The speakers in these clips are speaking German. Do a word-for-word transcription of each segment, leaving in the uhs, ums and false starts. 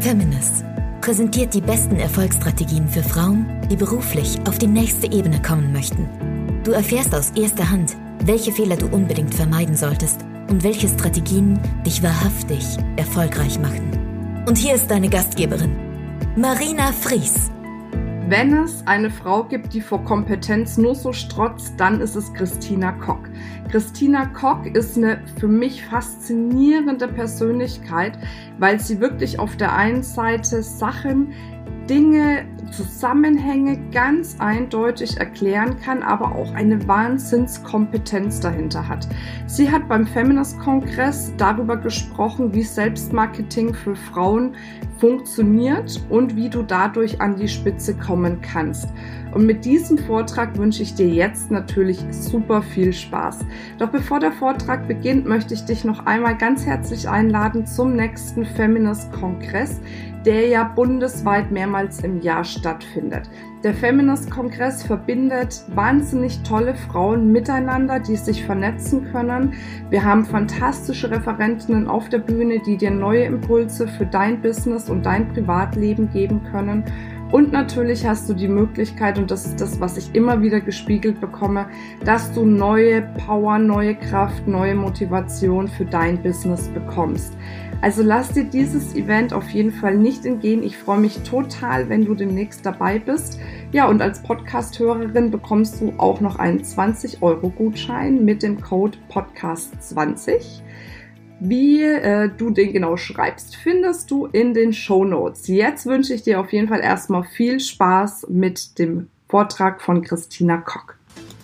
Feminist präsentiert die besten Erfolgsstrategien für Frauen, die beruflich auf die nächste Ebene kommen möchten. Du erfährst aus erster Hand, welche Fehler du unbedingt vermeiden solltest und welche Strategien dich wahrhaftig erfolgreich machen. Und hier ist deine Gastgeberin, Marina Fries. Wenn es eine Frau gibt, die vor Kompetenz nur so strotzt, dann ist es Christina Koch. Christina Koch ist eine für mich faszinierende Persönlichkeit, weil sie wirklich auf der einen Seite Sachen, Dinge, Zusammenhänge ganz eindeutig erklären kann, aber auch eine Wahnsinnskompetenz dahinter hat. Sie hat beim Feminist-Kongress darüber gesprochen, wie Selbstmarketing für Frauen funktioniert und wie du dadurch an die Spitze kommen kannst. Und mit diesem Vortrag wünsche ich dir jetzt natürlich super viel Spaß. Doch bevor der Vortrag beginnt, möchte ich dich noch einmal ganz herzlich einladen zum nächsten Feminist-Kongress, der ja bundesweit mehrmals im Jahr stattfindet. Der Feminist-Kongress verbindet wahnsinnig tolle Frauen miteinander, die sich vernetzen können. Wir haben fantastische Referentinnen auf der Bühne, die dir neue Impulse für dein Business und dein Privatleben geben können. Und natürlich hast du die Möglichkeit, und das ist das, was ich immer wieder gespiegelt bekomme, dass du neue Power, neue Kraft, neue Motivation für dein Business bekommst. Also lass dir dieses Event auf jeden Fall nicht entgehen. Ich freue mich total, wenn du demnächst dabei bist. Ja, und als Podcast-Hörerin bekommst du auch noch einen zwanzig Euro Gutschein mit dem Code Podcast zwanzig. Wie äh, du den genau schreibst, findest du in den Shownotes. Jetzt wünsche ich dir auf jeden Fall erstmal viel Spaß mit dem Vortrag von Christina Koch.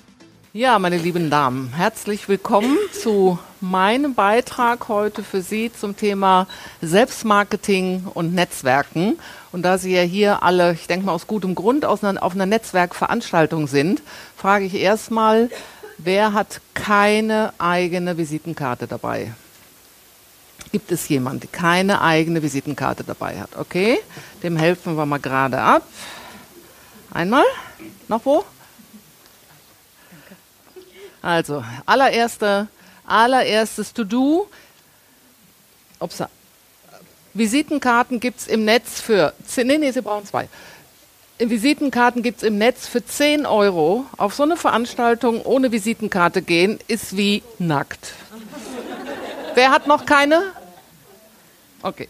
Ja, meine lieben Damen, herzlich willkommen zu meinem Beitrag heute für Sie zum Thema Selbstmarketing und Netzwerken. Und da Sie ja hier alle, ich denke mal aus gutem Grund, aus einer, auf einer Netzwerkveranstaltung sind, frage ich erstmal, wer hat keine eigene Visitenkarte dabei? Gibt es jemanden, der keine eigene Visitenkarte dabei hat? Okay, dem helfen wir mal gerade ab. Einmal, noch wo? Also, allererste, allererstes To-Do. Ups, Visitenkarten gibt es im Netz für, nee, nee, Sie brauchen zwei. Visitenkarten gibt es im Netz für zehn Euro. Auf so eine Veranstaltung ohne Visitenkarte gehen, ist wie nackt. Wer hat noch keine? Okay.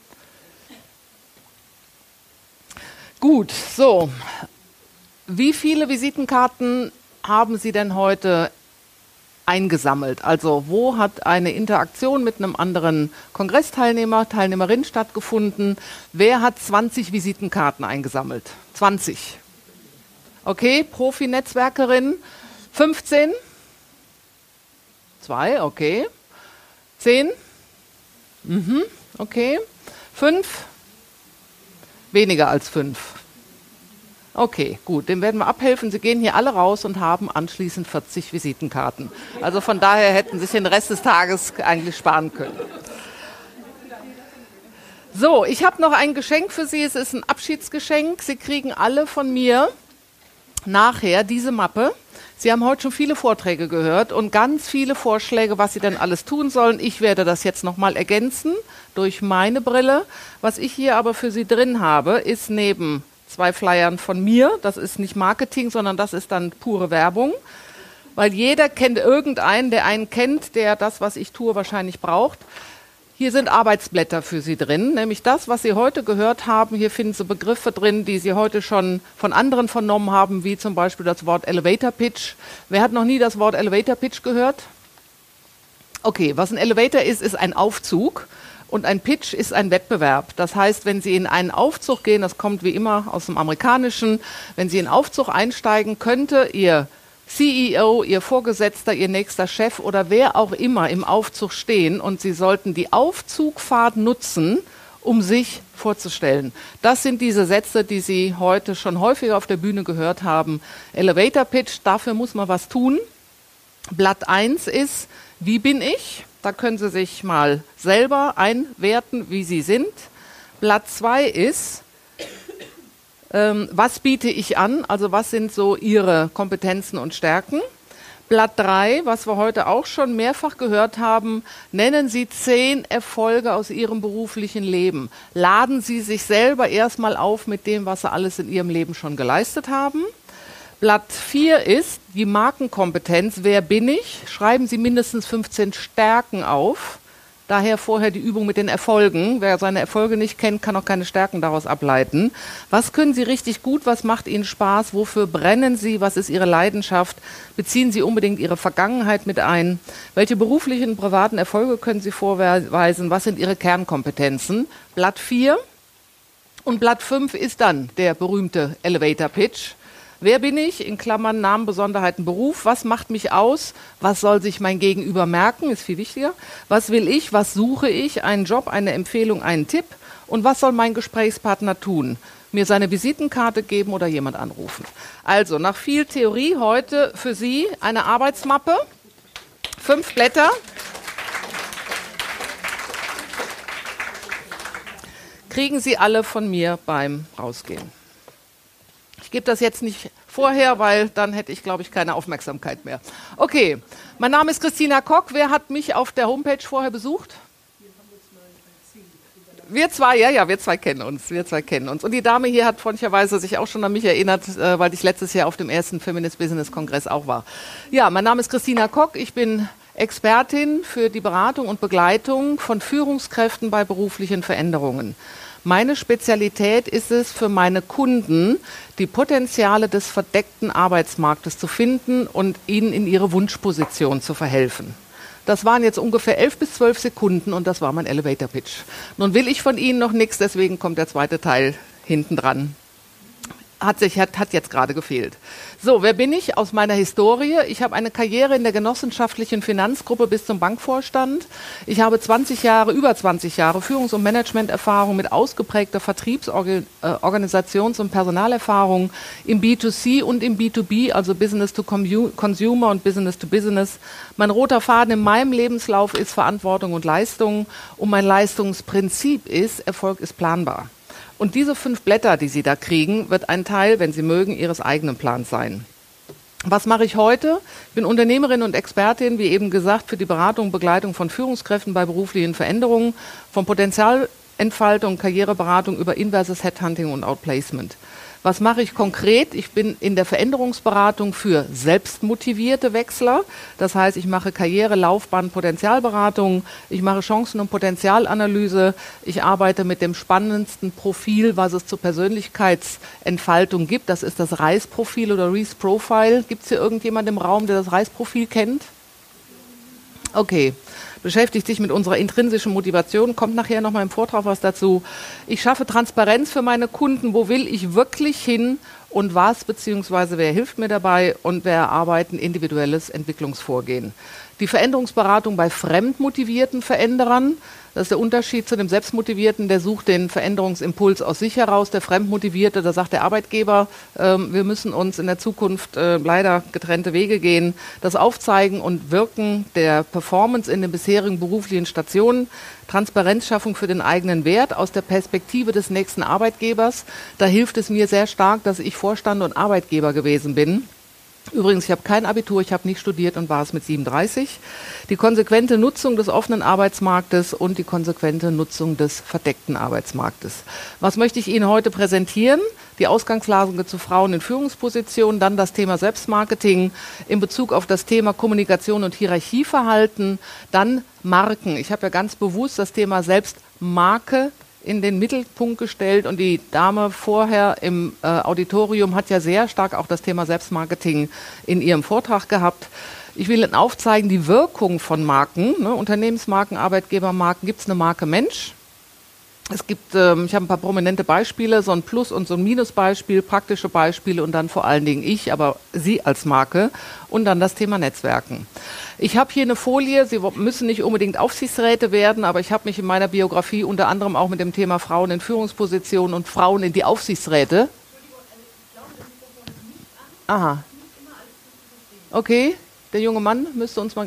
Gut, so. Wie viele Visitenkarten haben Sie denn heute eingesammelt? Also wo hat eine Interaktion mit einem anderen Kongressteilnehmer, Teilnehmerin stattgefunden? Wer hat zwanzig Visitenkarten eingesammelt? zwanzig. Okay, Profi-Netzwerkerin. fünfzehn? Zwei, okay. zehn? Mhm, okay. fünf? Weniger als fünf. Okay, gut, dem werden wir abhelfen. Sie gehen hier alle raus und haben anschließend vierzig Visitenkarten. Also von daher hätten Sie sich den Rest des Tages eigentlich sparen können. So, ich habe noch ein Geschenk für Sie. Es ist ein Abschiedsgeschenk. Sie kriegen alle von mir nachher diese Mappe. Sie haben heute schon viele Vorträge gehört und ganz viele Vorschläge, was Sie denn alles tun sollen. Ich werde das jetzt nochmal ergänzen durch meine Brille. Was ich hier aber für Sie drin habe, ist neben zwei Flyern von mir, das ist nicht Marketing, sondern das ist dann pure Werbung, weil jeder kennt irgendeinen, der einen kennt, der das, was ich tue, wahrscheinlich braucht. Hier sind Arbeitsblätter für Sie drin, nämlich das, was Sie heute gehört haben. Hier finden Sie Begriffe drin, die Sie heute schon von anderen vernommen haben, wie zum Beispiel das Wort Elevator Pitch. Wer hat noch nie das Wort Elevator Pitch gehört? Okay, was ein Elevator ist, ist ein Aufzug. Und ein Pitch ist ein Wettbewerb. Das heißt, wenn Sie in einen Aufzug gehen, das kommt wie immer aus dem Amerikanischen, wenn Sie in einen Aufzug einsteigen, könnte Ihr C E O, Ihr Vorgesetzter, Ihr nächster Chef oder wer auch immer im Aufzug stehen und Sie sollten die Aufzugfahrt nutzen, um sich vorzustellen. Das sind diese Sätze, die Sie heute schon häufiger auf der Bühne gehört haben. Elevator Pitch, dafür muss man was tun. Blatt eins ist, wie bin ich? Da können Sie sich mal selber einwerten, wie Sie sind. Blatt zwei ist, ähm, was biete ich an? Also was sind so Ihre Kompetenzen und Stärken? Blatt drei, was wir heute auch schon mehrfach gehört haben, nennen Sie zehn Erfolge aus Ihrem beruflichen Leben. Laden Sie sich selber erstmal auf mit dem, was Sie alles in Ihrem Leben schon geleistet haben. Blatt vier ist die Markenkompetenz. Wer bin ich? Schreiben Sie mindestens fünfzehn Stärken auf. Daher vorher die Übung mit den Erfolgen. Wer seine Erfolge nicht kennt, kann auch keine Stärken daraus ableiten. Was können Sie richtig gut? Was macht Ihnen Spaß? Wofür brennen Sie? Was ist Ihre Leidenschaft? Beziehen Sie unbedingt Ihre Vergangenheit mit ein? Welche beruflichen und privaten Erfolge können Sie vorweisen? Was sind Ihre Kernkompetenzen? Blatt vier. Und Blatt fünf ist dann der berühmte Elevator Pitch. Wer bin ich? In Klammern Namen, Besonderheiten, Beruf. Was macht mich aus? Was soll sich mein Gegenüber merken? Ist viel wichtiger. Was will ich? Was suche ich? Einen Job, eine Empfehlung, einen Tipp? Und was soll mein Gesprächspartner tun? Mir seine Visitenkarte geben oder jemand anrufen? Also, nach viel Theorie heute für Sie eine Arbeitsmappe. Fünf Blätter. Kriegen Sie alle von mir beim Rausgehen. Ich gebe das jetzt nicht vorher, weil dann hätte ich, glaube ich, keine Aufmerksamkeit mehr. Okay, mein Name ist Christina Kock. Wer hat mich auf der Homepage vorher besucht? Wir zwei, ja, ja, wir zwei kennen uns, wir zwei kennen uns. Und die Dame hier hat freundlicherweise sich auch schon an mich erinnert, äh, weil ich letztes Jahr auf dem ersten Feminist Business Kongress auch war. Ja, mein Name ist Christina Kock. Ich bin Expertin für die Beratung und Begleitung von Führungskräften bei beruflichen Veränderungen. Meine Spezialität ist es, für meine Kunden die Potenziale des verdeckten Arbeitsmarktes zu finden und ihnen in ihre Wunschposition zu verhelfen. Das waren jetzt ungefähr elf bis zwölf Sekunden und das war mein Elevator Pitch. Nun will ich von Ihnen noch nichts, deswegen kommt der zweite Teil hinten dran. Hat, sich, hat, hat jetzt gerade gefehlt. So, wer bin ich? Aus meiner Historie. Ich habe eine Karriere in der genossenschaftlichen Finanzgruppe bis zum Bankvorstand. Ich habe zwanzig Jahre, über zwanzig Jahre Führungs- und Managementerfahrung mit ausgeprägter Vertriebs-, Organisations- und Personalerfahrung im B zwei C und im B zwei B, also Business to Consumer und Business to Business. Mein roter Faden in meinem Lebenslauf ist Verantwortung und Leistung und mein Leistungsprinzip ist, Erfolg ist planbar. Und diese fünf Blätter, die Sie da kriegen, wird ein Teil, wenn Sie mögen, Ihres eigenen Plans sein. Was mache ich heute? Ich bin Unternehmerin und Expertin, wie eben gesagt, für die Beratung und Begleitung von Führungskräften bei beruflichen Veränderungen, von Potenzialentfaltung, Karriereberatung über inverses Headhunting und Outplacement. Was mache ich konkret? Ich bin in der Veränderungsberatung für selbstmotivierte Wechsler. Das heißt, ich mache Karriere-, Laufbahn-, Potenzialberatung. Ich mache Chancen- und Potenzialanalyse. Ich arbeite mit dem spannendsten Profil, was es zur Persönlichkeitsentfaltung gibt. Das ist das Reis-Profil oder Reese-Profile. Gibt es hier irgendjemanden im Raum, der das Reis-Profil kennt? Okay. Beschäftigt sich mit unserer intrinsischen Motivation, kommt nachher noch mal im Vortrag was dazu. Ich schaffe Transparenz für meine Kunden, wo will ich wirklich hin und was, beziehungsweise wer hilft mir dabei und wir erarbeiten individuelles Entwicklungsvorgehen. Die Veränderungsberatung bei fremdmotivierten Veränderern, das ist der Unterschied zu dem Selbstmotivierten, der sucht den Veränderungsimpuls aus sich heraus. Der Fremdmotivierte, da sagt der Arbeitgeber, äh, wir müssen uns in der Zukunft äh, leider getrennte Wege gehen. Das Aufzeigen und Wirken der Performance in den bisherigen beruflichen Stationen, Transparenzschaffung für den eigenen Wert aus der Perspektive des nächsten Arbeitgebers. Da hilft es mir sehr stark, dass ich Vorstand und Arbeitgeber gewesen bin. Übrigens, ich habe kein Abitur, ich habe nicht studiert und war es mit siebenunddreißig. Die konsequente Nutzung des offenen Arbeitsmarktes und die konsequente Nutzung des verdeckten Arbeitsmarktes. Was möchte ich Ihnen heute präsentieren? Die Ausgangslage zu Frauen in Führungspositionen, dann das Thema Selbstmarketing in Bezug auf das Thema Kommunikation und Hierarchieverhalten, dann Marken. Ich habe ja ganz bewusst das Thema Selbstmarke in den Mittelpunkt gestellt und die Dame vorher im äh, Auditorium hat ja sehr stark auch das Thema Selbstmarketing in ihrem Vortrag gehabt. Ich will Ihnen aufzeigen, die Wirkung von Marken, ne, Unternehmensmarken, Arbeitgebermarken. Gibt es eine Marke Mensch? Es gibt, ähm, ich habe ein paar prominente Beispiele, so ein Plus- und so ein Minusbeispiel, praktische Beispiele und dann vor allen Dingen ich, aber Sie als Marke und dann das Thema Netzwerken. Ich habe hier eine Folie, Sie müssen nicht unbedingt Aufsichtsräte werden, aber ich habe mich in meiner Biografie unter anderem auch mit dem Thema Frauen in Führungspositionen und Frauen in die Aufsichtsräte. Aha. Okay, der junge Mann müsste uns mal...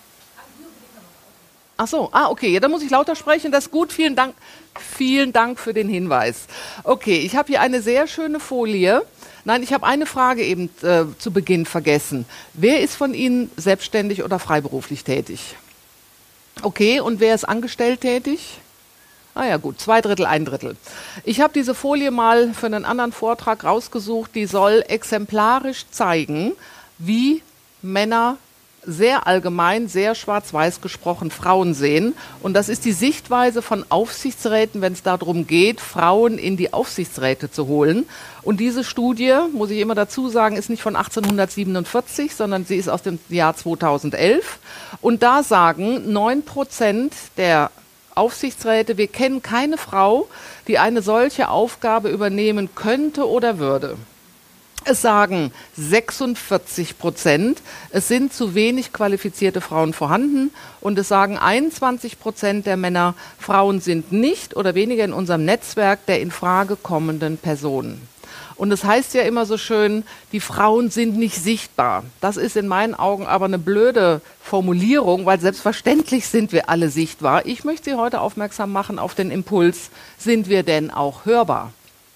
Ach so, ah, okay, ja, dann muss ich lauter sprechen, das ist gut, vielen Dank, vielen Dank für den Hinweis. Okay, ich habe hier eine sehr schöne Folie, Nein, ich habe eine Frage eben äh, zu Beginn vergessen. Wer ist von Ihnen selbstständig oder freiberuflich tätig? Okay, und wer ist angestellt tätig? Ah ja gut, zwei Drittel, ein Drittel. Ich habe diese Folie mal für einen anderen Vortrag rausgesucht, die soll exemplarisch zeigen, wie Männer sehr allgemein, sehr schwarz-weiß gesprochen Frauen sehen. Und das ist die Sichtweise von Aufsichtsräten, wenn es darum geht, Frauen in die Aufsichtsräte zu holen. Und diese Studie, muss ich immer dazu sagen, ist nicht von achtzehnhundertsiebenundvierzig, sondern sie ist aus dem Jahr zweitausendelf. Und da sagen neun Prozent der Aufsichtsräte, wir kennen keine Frau, die eine solche Aufgabe übernehmen könnte oder würde. Es sagen sechsundvierzig Prozent, es sind zu wenig qualifizierte Frauen vorhanden, und es sagen einundzwanzig Prozent der Männer, Frauen sind nicht oder weniger in unserem Netzwerk der in Frage kommenden Personen. Und es heißt ja immer so schön, die Frauen sind nicht sichtbar. Das ist in meinen Augen aber eine blöde Formulierung, weil selbstverständlich sind wir alle sichtbar. Ich möchte Sie heute aufmerksam machen auf den Impuls, sind wir denn auch hörbar?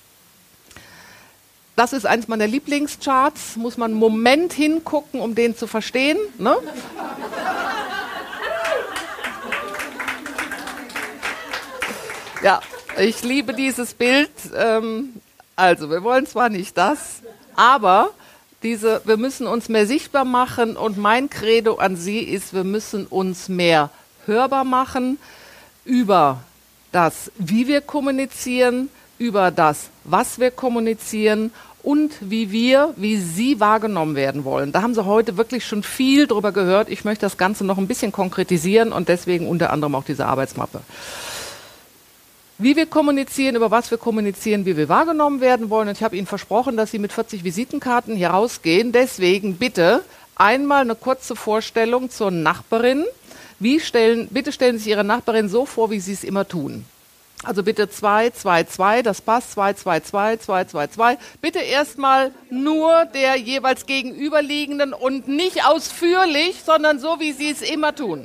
Das ist eins meiner Lieblingscharts, muss man einen Moment hingucken, um den zu verstehen. Ne? Ja, ich liebe dieses Bild. Ähm, also, wir wollen zwar nicht das, aber diese, wir müssen uns mehr sichtbar machen, und mein Credo an Sie ist, wir müssen uns mehr hörbar machen über das, wie wir kommunizieren, über das, was wir kommunizieren und wie wir, wie Sie wahrgenommen werden wollen. Da haben Sie heute wirklich schon viel drüber gehört. Ich möchte das Ganze noch ein bisschen konkretisieren und deswegen unter anderem auch diese Arbeitsmappe. Wie wir kommunizieren, über was wir kommunizieren, wie wir wahrgenommen werden wollen. Und ich habe Ihnen versprochen, dass Sie mit vierzig Visitenkarten hier rausgehen. Deswegen bitte einmal eine kurze Vorstellung zur Nachbarin. Wie stellen, bitte stellen Sie sich Ihre Nachbarin so vor, wie Sie es immer tun. Also bitte zwei, zwei, zwei, das passt, zwei, zwei, zwei, zwei, zwei, zwei. Bitte erstmal nur der jeweils gegenüberliegenden und nicht ausführlich, sondern so, wie Sie es immer tun.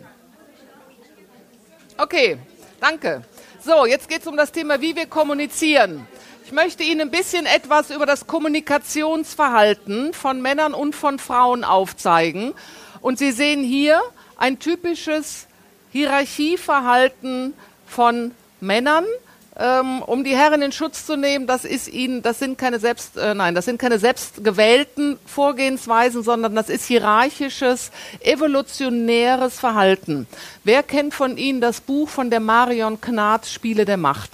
Okay, danke. So, jetzt geht es um das Thema, wie wir kommunizieren. Ich möchte Ihnen ein bisschen etwas über das Kommunikationsverhalten von Männern und von Frauen aufzeigen. Und Sie sehen hier ein typisches Hierarchieverhalten von Männern, ähm, um die Herren in Schutz zu nehmen. Das ist ihnen, das sind keine selbst, äh, nein, das sind keine selbstgewählten Vorgehensweisen, sondern das ist hierarchisches, evolutionäres Verhalten. Wer kennt von Ihnen das Buch von der Marion Knath, Spiele der Macht?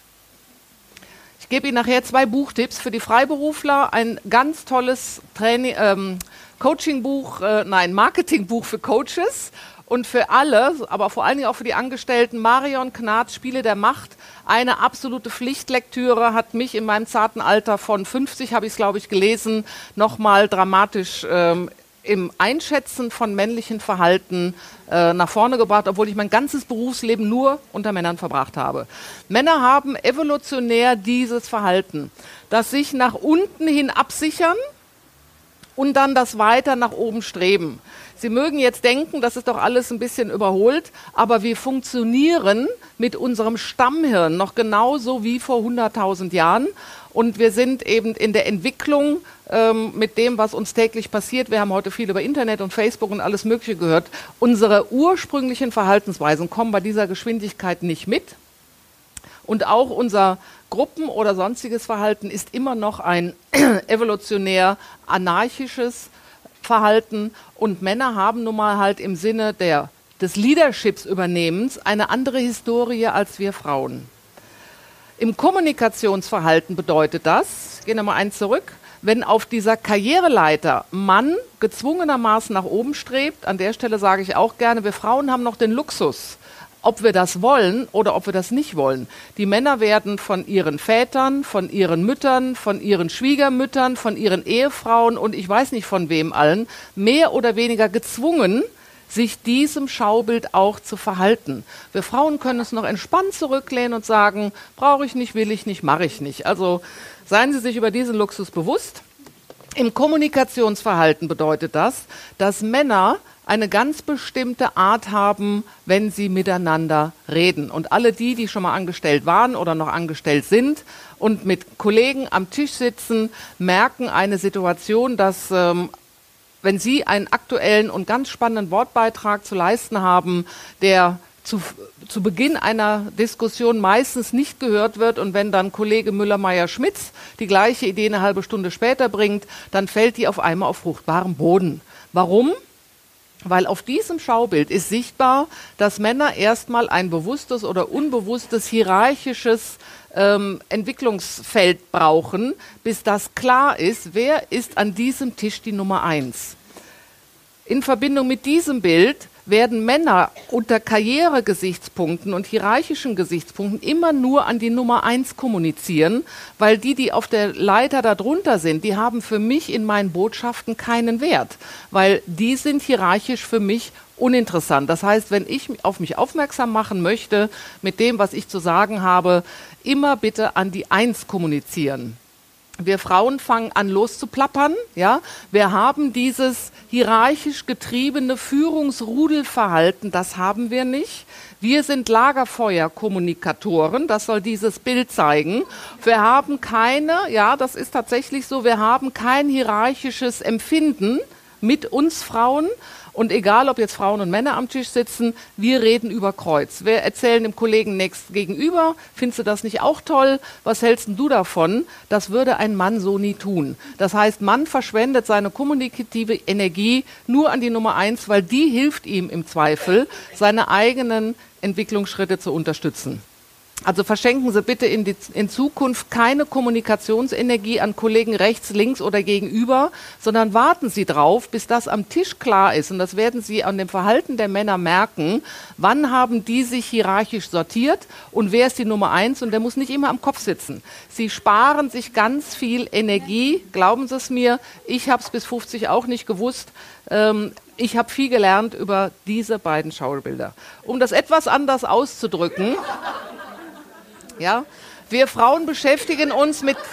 Ich gebe Ihnen nachher zwei Buchtipps für die Freiberufler. Ein ganz tolles Training, ähm, Coachingbuch, äh, nein, Marketingbuch für Coaches. Und für alle, aber vor allen Dingen auch für die Angestellten, Marion Knath, Spiele der Macht, eine absolute Pflichtlektüre, hat mich in meinem zarten Alter von fünfzig, habe ich es glaube ich gelesen, nochmal dramatisch ähm, im Einschätzen von männlichen Verhalten äh, nach vorne gebracht, obwohl ich mein ganzes Berufsleben nur unter Männern verbracht habe. Männer haben evolutionär dieses Verhalten, das sich nach unten hin absichern und dann das weiter nach oben streben. Sie mögen jetzt denken, das ist doch alles ein bisschen überholt, aber wir funktionieren mit unserem Stammhirn noch genauso wie vor hunderttausend Jahren. Und wir sind eben in der Entwicklung ähm, mit dem, was uns täglich passiert. Wir haben heute viel über Internet und Facebook und alles Mögliche gehört. Unsere ursprünglichen Verhaltensweisen kommen bei dieser Geschwindigkeit nicht mit. Und auch unser Gruppen- oder sonstiges Verhalten ist immer noch ein evolutionär anarchisches Verhalten, und Männer haben nun mal halt im Sinne der, des Leaderships-Übernehmens eine andere Historie als wir Frauen. Im Kommunikationsverhalten bedeutet das, gehen wir mal eins zurück, wenn auf dieser Karriereleiter Mann gezwungenermaßen nach oben strebt, an der Stelle sage ich auch gerne, wir Frauen haben noch den Luxus, ob wir das wollen oder ob wir das nicht wollen. Die Männer werden von ihren Vätern, von ihren Müttern, von ihren Schwiegermüttern, von ihren Ehefrauen und ich weiß nicht von wem allen, mehr oder weniger gezwungen, sich diesem Schaubild auch zu verhalten. Wir Frauen können es noch entspannt zurücklehnen und sagen, brauche ich nicht, will ich nicht, mache ich nicht. Also seien Sie sich über diesen Luxus bewusst. Im Kommunikationsverhalten bedeutet das, dass Männer eine ganz bestimmte Art haben, wenn sie miteinander reden. Und alle die, die schon mal angestellt waren oder noch angestellt sind und mit Kollegen am Tisch sitzen, merken eine Situation, dass ähm, wenn sie einen aktuellen und ganz spannenden Wortbeitrag zu leisten haben, der zu, zu Beginn einer Diskussion meistens nicht gehört wird und wenn dann Kollege Müller-Meyer-Schmitz die gleiche Idee eine halbe Stunde später bringt, dann fällt die auf einmal auf fruchtbarem Boden. Warum? Weil auf diesem Schaubild ist sichtbar, dass Männer erstmal ein bewusstes oder unbewusstes hierarchisches ähm, Entwicklungsfeld brauchen, bis das klar ist, wer ist an diesem Tisch die Nummer eins. In Verbindung mit diesem Bild werden Männer unter Karrieregesichtspunkten und hierarchischen Gesichtspunkten immer nur an die Nummer eins kommunizieren, weil die, die auf der Leiter darunter sind, die haben für mich in meinen Botschaften keinen Wert, weil die sind hierarchisch für mich uninteressant. Das heißt, wenn ich auf mich aufmerksam machen möchte mit dem, was ich zu sagen habe, immer bitte an die Eins kommunizieren. Wir Frauen fangen an loszuplappern, ja. Wir haben dieses hierarchisch getriebene Führungsrudelverhalten, das haben wir nicht. Wir sind Lagerfeuerkommunikatoren, das soll dieses Bild zeigen. Wir haben keine, ja, das ist tatsächlich so, wir haben kein hierarchisches Empfinden mit uns Frauen. Und egal, ob jetzt Frauen und Männer am Tisch sitzen, wir reden über Kreuz. Wir erzählen dem Kollegen nächst gegenüber, findest du das nicht auch toll? Was hältst denn du davon? Das würde ein Mann so nie tun. Das heißt, Mann verschwendet seine kommunikative Energie nur an die Nummer eins, weil die hilft ihm im Zweifel, seine eigenen Entwicklungsschritte zu unterstützen. Also verschenken Sie bitte in, die, in Zukunft keine Kommunikationsenergie an Kollegen rechts, links oder gegenüber, sondern warten Sie drauf, bis das am Tisch klar ist. Und das werden Sie an dem Verhalten der Männer merken. Wann haben die sich hierarchisch sortiert und wer ist die Nummer eins? Und der muss nicht immer am Kopf sitzen. Sie sparen sich ganz viel Energie, glauben Sie es mir. Ich habe es bis fünfzig auch nicht gewusst. Ähm, ich habe viel gelernt über diese beiden Schaubilder. Um das etwas anders auszudrücken... Ja, wir Frauen beschäftigen uns mit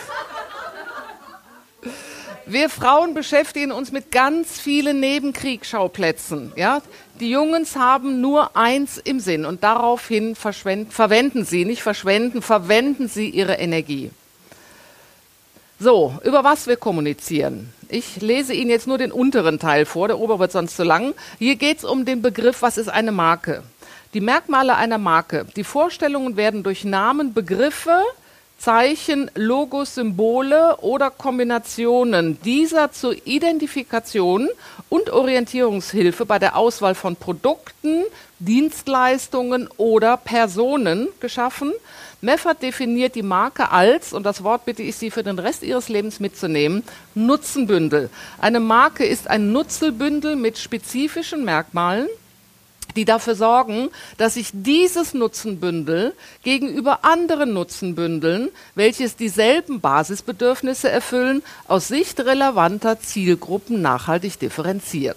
wir Frauen beschäftigen uns mit ganz vielen Nebenkriegsschauplätzen. Ja, die Jungs haben nur eins im Sinn und daraufhin verwenden sie, nicht verschwenden, verwenden sie ihre Energie. So, über was wir kommunizieren. Ich lese Ihnen jetzt nur den unteren Teil vor, der obere wird sonst zu lang. Hier geht es um den Begriff, was ist eine Marke? Die Merkmale einer Marke. Die Vorstellungen werden durch Namen, Begriffe, Zeichen, Logos, Symbole oder Kombinationen dieser zur Identifikation und Orientierungshilfe bei der Auswahl von Produkten, Dienstleistungen oder Personen geschaffen. Meffert definiert die Marke als, und das Wort bitte ich Sie für den Rest Ihres Lebens mitzunehmen, Nutzenbündel. Eine Marke ist ein Nutzenbündel mit spezifischen Merkmalen, die dafür sorgen, dass sich dieses Nutzenbündel gegenüber anderen Nutzenbündeln, welches dieselben Basisbedürfnisse erfüllen, aus Sicht relevanter Zielgruppen nachhaltig differenziert.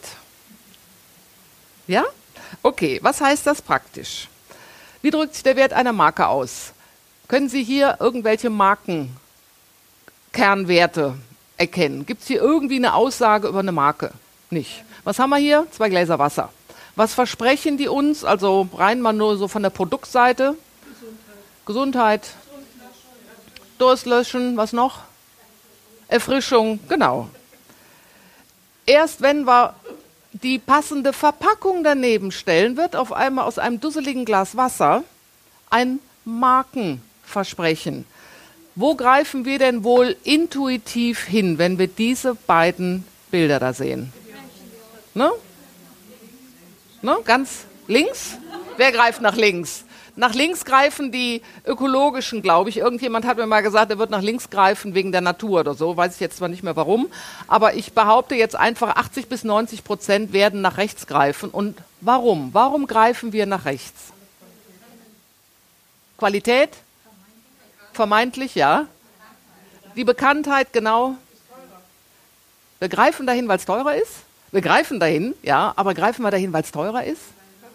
Ja? Okay, was heißt das praktisch? Wie drückt sich der Wert einer Marke aus? Können Sie hier irgendwelche Markenkernwerte erkennen? Gibt es hier irgendwie eine Aussage über eine Marke? Nicht. Was haben wir hier? Zwei Gläser Wasser. Was versprechen die uns? Also rein mal nur so von der Produktseite. Gesundheit. Gesundheit. Durstlöschen. Was noch? Erfrischung. Genau. Erst wenn wir die passende Verpackung daneben stellen, wird auf einmal aus einem dusseligen Glas Wasser ein Markenversprechen. Wo greifen wir denn wohl intuitiv hin, wenn wir diese beiden Bilder da sehen? Ne? Ne, ganz links? Wer greift nach links? Nach links greifen die ökologischen, glaube ich. Irgendjemand hat mir mal gesagt, er wird nach links greifen wegen der Natur oder so. Weiß ich jetzt zwar nicht mehr warum. Aber ich behaupte jetzt einfach, achtzig bis neunzig Prozent werden nach rechts greifen. Und warum? Warum greifen wir nach rechts? Qualität? Vermeintlich, ja. Die Bekanntheit, genau. Wir greifen dahin, weil es teurer ist. Wir greifen dahin, ja, aber greifen wir dahin, weil es teurer ist?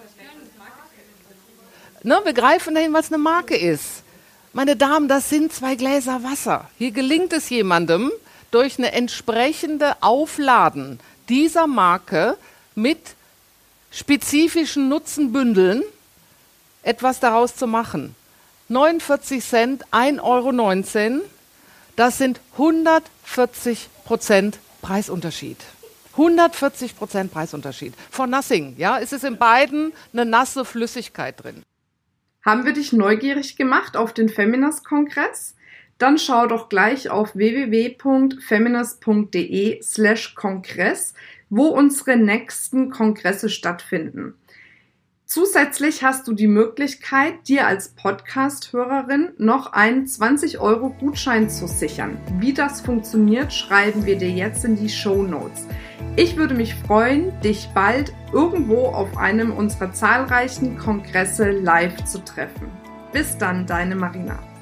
Ne, wir greifen dahin, weil es eine Marke ist. Meine Damen, das sind zwei Gläser Wasser. Hier gelingt es jemandem, durch eine entsprechende Aufladen dieser Marke mit spezifischen Nutzen bündeln, etwas daraus zu machen. neunundvierzig Cent, ein Euro neunzehn, das sind hundertvierzig Prozent Preisunterschied. hundertvierzig Prozent Preisunterschied. For nothing, ja, es ist in beiden eine nasse Flüssigkeit drin. Haben wir dich neugierig gemacht auf den Feminist-Kongress? Dann schau doch gleich auf w w w punkt feminist punkt d e slash kongress, wo unsere nächsten Kongresse stattfinden. Zusätzlich hast du die Möglichkeit, dir als Podcast-Hörerin noch einen zwanzig Euro Gutschein zu sichern. Wie das funktioniert, schreiben wir dir jetzt in die Shownotes. Ich würde mich freuen, dich bald irgendwo auf einem unserer zahlreichen Kongresse live zu treffen. Bis dann, deine Marina.